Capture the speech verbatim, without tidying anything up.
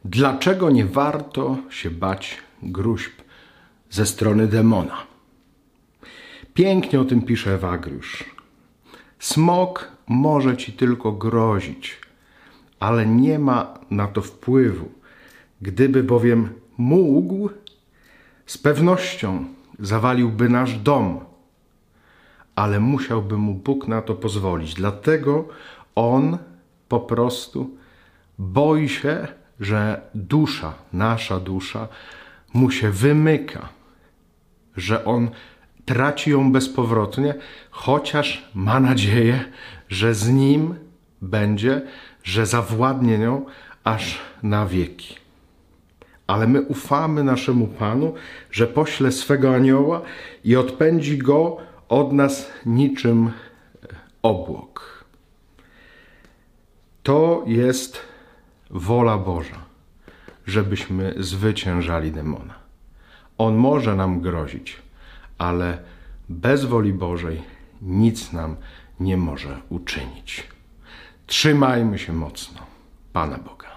Dlaczego nie warto się bać gróźb ze strony demona? Pięknie o tym pisze Ewagriusz. Smok może ci tylko grozić, ale nie ma na to wpływu. Gdyby bowiem mógł, z pewnością zawaliłby nasz dom, ale musiałby mu Bóg na to pozwolić. Dlatego on po prostu boi się, że dusza, nasza dusza, mu się wymyka, że on traci ją bezpowrotnie, chociaż ma nadzieję, że z nim będzie, że zawładnie nią aż na wieki. Ale my ufamy naszemu Panu, że pośle swego anioła i odpędzi go od nas niczym obłok. To jest wola Boża, żebyśmy zwyciężali demona. On może nam grozić, ale bez woli Bożej nic nam nie może uczynić. Trzymajmy się mocno Pana Boga.